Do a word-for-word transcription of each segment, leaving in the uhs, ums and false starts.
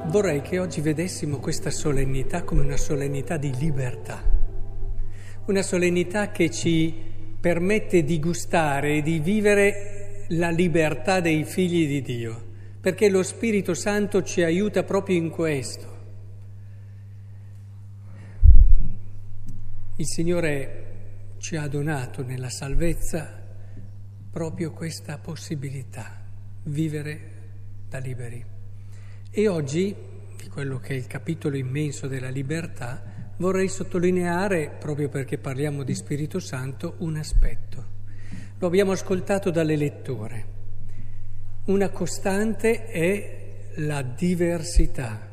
vorrei che oggi vedessimo questa solennità come una solennità di libertà, una solennità che ci permette di gustare e di vivere la libertà dei figli di Dio, perché lo Spirito Santo ci aiuta proprio in questo. Il Signore ci ha donato nella salvezza proprio questa possibilità, vivere da liberi. E oggi, di quello che è il capitolo immenso della libertà, vorrei sottolineare, proprio perché parliamo di Spirito Santo, un aspetto. Lo abbiamo ascoltato dalle letture. Una costante è la diversità.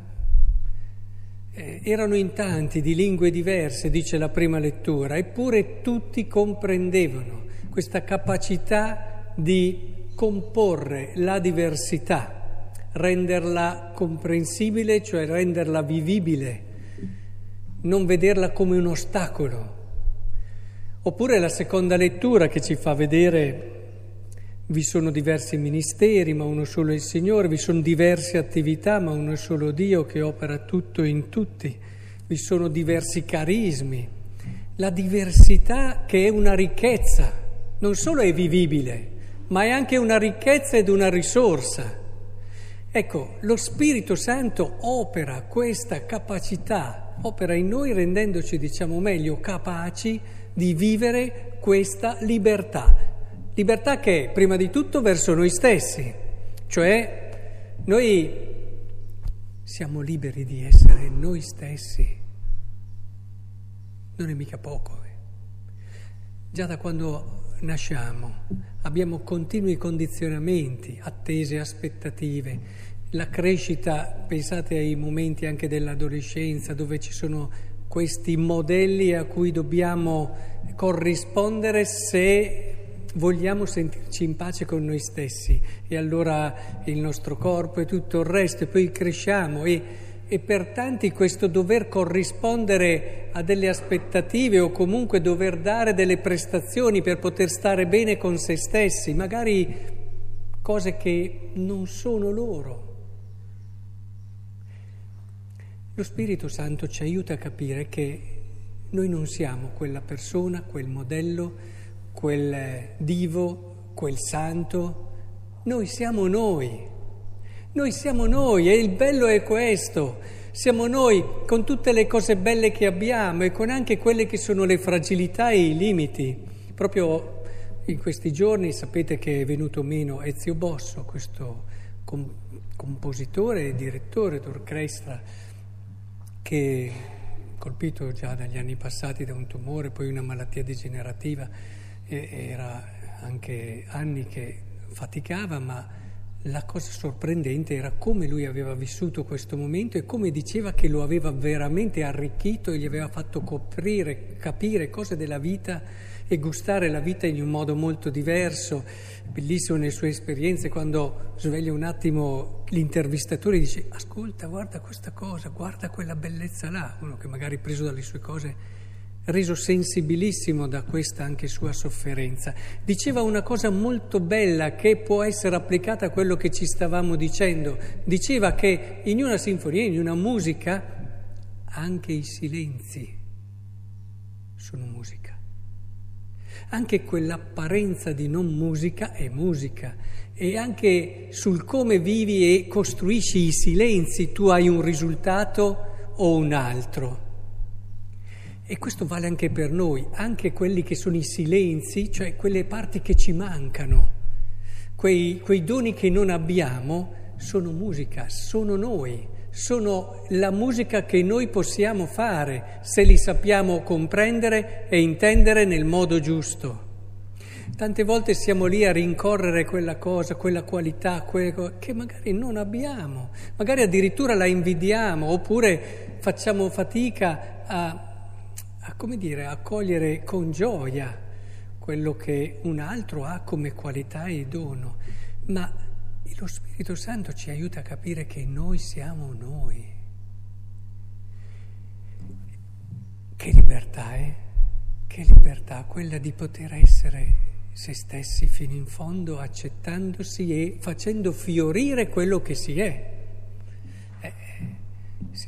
Eh, erano in tanti, di lingue diverse, dice la prima lettura, eppure tutti comprendevano questa capacità di comporre la diversità, renderla comprensibile, cioè renderla vivibile, non vederla come un ostacolo. Oppure la seconda lettura che ci fa vedere vi sono diversi ministeri, ma uno solo è il Signore, vi sono diverse attività, ma uno è solo Dio che opera tutto in tutti, vi sono diversi carismi. La diversità che è una ricchezza, non solo è vivibile, ma è anche una ricchezza ed una risorsa. Ecco, lo Spirito Santo opera questa capacità, opera in noi rendendoci, diciamo meglio, capaci di vivere questa libertà. Libertà che è, prima di tutto, verso noi stessi, cioè noi siamo liberi di essere noi stessi. Non è mica poco. Eh. Già da quando nasciamo abbiamo continui condizionamenti, attese, aspettative. La crescita, pensate ai momenti anche dell'adolescenza dove ci sono questi modelli a cui dobbiamo corrispondere se vogliamo sentirci in pace con noi stessi, e allora il nostro corpo e tutto il resto, e poi cresciamo e, e per tanti questo dover corrispondere a delle aspettative o comunque dover dare delle prestazioni per poter stare bene con se stessi, magari cose che non sono loro. Lo Spirito Santo ci aiuta a capire che noi non siamo quella persona, quel modello, quel divo, quel santo. Noi siamo noi. Noi siamo noi e il bello è questo. Siamo noi con tutte le cose belle che abbiamo e con anche quelle che sono le fragilità e i limiti. Proprio in questi giorni sapete che è venuto meno Ezio Bosso, questo com- compositore e direttore d'orchestra, che colpito già dagli anni passati da un tumore, poi una malattia degenerativa, e era anche anni che faticava, ma la cosa sorprendente era come lui aveva vissuto questo momento e come diceva che lo aveva veramente arricchito e gli aveva fatto coprire, capire cose della vita e gustare la vita in un modo molto diverso. Bellissimo nelle sue esperienze, quando sveglia un attimo l'intervistatore e dice: ascolta, guarda questa cosa, guarda quella bellezza là. Uno che magari preso dalle sue cose, reso sensibilissimo da questa anche sua sofferenza, diceva una cosa molto bella che può essere applicata a quello che ci stavamo dicendo. Diceva che in una sinfonia, in una musica, anche i silenzi sono musica. Anche quell'apparenza di non musica è musica, e anche sul come vivi e costruisci i silenzi tu hai un risultato o un altro. E questo vale anche per noi, anche quelli che sono i silenzi, cioè quelle parti che ci mancano, quei, quei doni che non abbiamo, sono musica, sono noi, sono la musica che noi possiamo fare se li sappiamo comprendere e intendere nel modo giusto. Tante volte siamo lì a rincorrere quella cosa, quella qualità, quelle che magari non abbiamo, magari addirittura la invidiamo, oppure facciamo fatica a, a come dire, a cogliere con gioia quello che un altro ha come qualità e dono. Ma lo Spirito Santo ci aiuta a capire che noi siamo noi. Che libertà, eh? Che libertà, quella di poter essere se stessi fino in fondo, accettandosi e facendo fiorire quello che si è. Eh,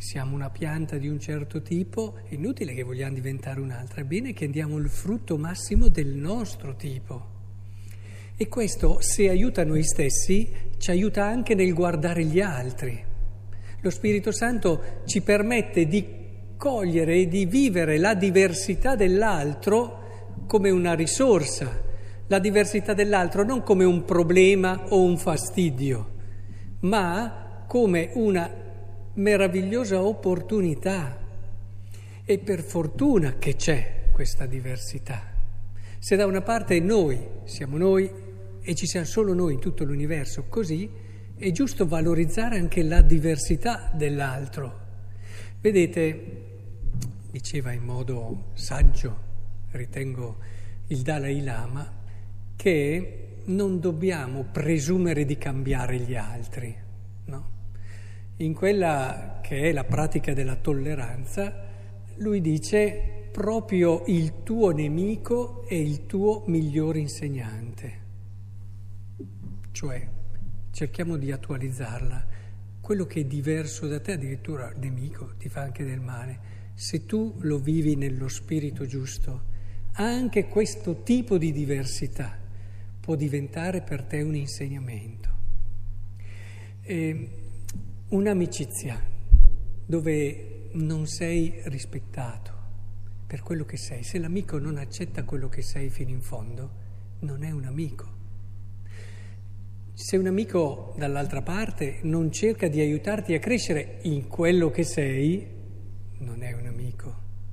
siamo una pianta di un certo tipo, è inutile che vogliamo diventare un'altra, è bene che andiamo il frutto massimo del nostro tipo. E questo, se aiuta noi stessi, ci aiuta anche nel guardare gli altri. Lo Spirito Santo ci permette di cogliere e di vivere la diversità dell'altro come una risorsa, la diversità dell'altro non come un problema o un fastidio, ma come una meravigliosa opportunità. E per fortuna che c'è questa diversità. Se da una parte noi siamo noi e ci siamo solo noi in tutto l'universo, così è giusto valorizzare anche la diversità dell'altro. Vedete, diceva in modo saggio, ritengo, il Dalai Lama, che non dobbiamo presumere di cambiare gli altri, no? In quella che è la pratica della tolleranza, lui dice proprio il tuo nemico è il tuo miglior insegnante. Cioè, cerchiamo di attualizzarla. Quello che è diverso da te, addirittura nemico, ti fa anche del male. Se tu lo vivi nello spirito giusto, anche questo tipo di diversità può diventare per te un insegnamento. E un'amicizia dove non sei rispettato per quello che sei. Se l'amico non accetta quello che sei fino in fondo, non è un amico. Se un amico dall'altra parte non cerca di aiutarti a crescere in quello che sei, non è un amico.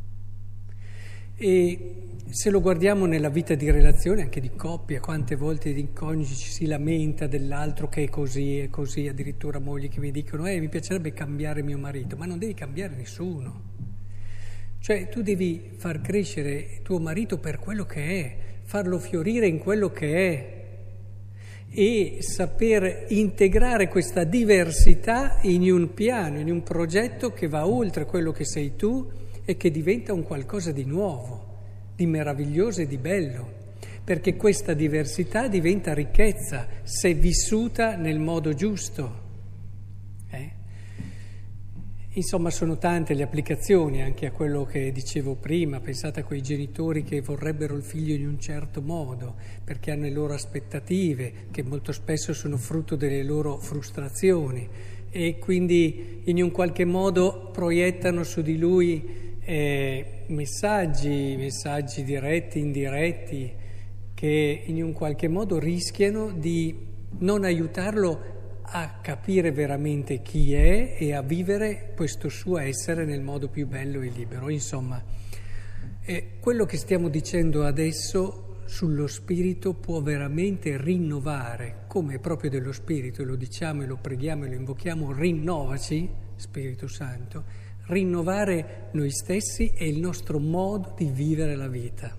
E se lo guardiamo nella vita di relazione, anche di coppia, quante volte in coniugi ci si lamenta dell'altro che è così e così, addirittura mogli che mi dicono eh mi piacerebbe cambiare mio marito, ma non devi cambiare nessuno. Cioè tu devi far crescere tuo marito per quello che è, farlo fiorire in quello che è e saper integrare questa diversità in un piano, in un progetto che va oltre quello che sei tu e che diventa un qualcosa di nuovo, di meraviglioso e di bello, perché questa diversità diventa ricchezza se vissuta nel modo giusto. Eh? Insomma, sono tante le applicazioni anche a quello che dicevo prima. Pensate a quei genitori che vorrebbero il figlio in un certo modo, perché hanno le loro aspettative, che molto spesso sono frutto delle loro frustrazioni, e quindi in un qualche modo proiettano su di lui Eh, messaggi, messaggi diretti, indiretti, che in un qualche modo rischiano di non aiutarlo a capire veramente chi è e a vivere questo suo essere nel modo più bello e libero. Insomma, eh, quello che stiamo dicendo adesso sullo spirito può veramente rinnovare, come proprio dello spirito, e lo diciamo e lo preghiamo e lo invochiamo, rinnovaci, Spirito Santo, rinnovare noi stessi e il nostro modo di vivere la vita.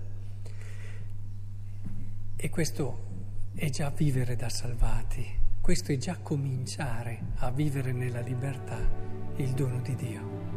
E questo è già vivere da salvati, questo è già cominciare a vivere nella libertà il dono di Dio.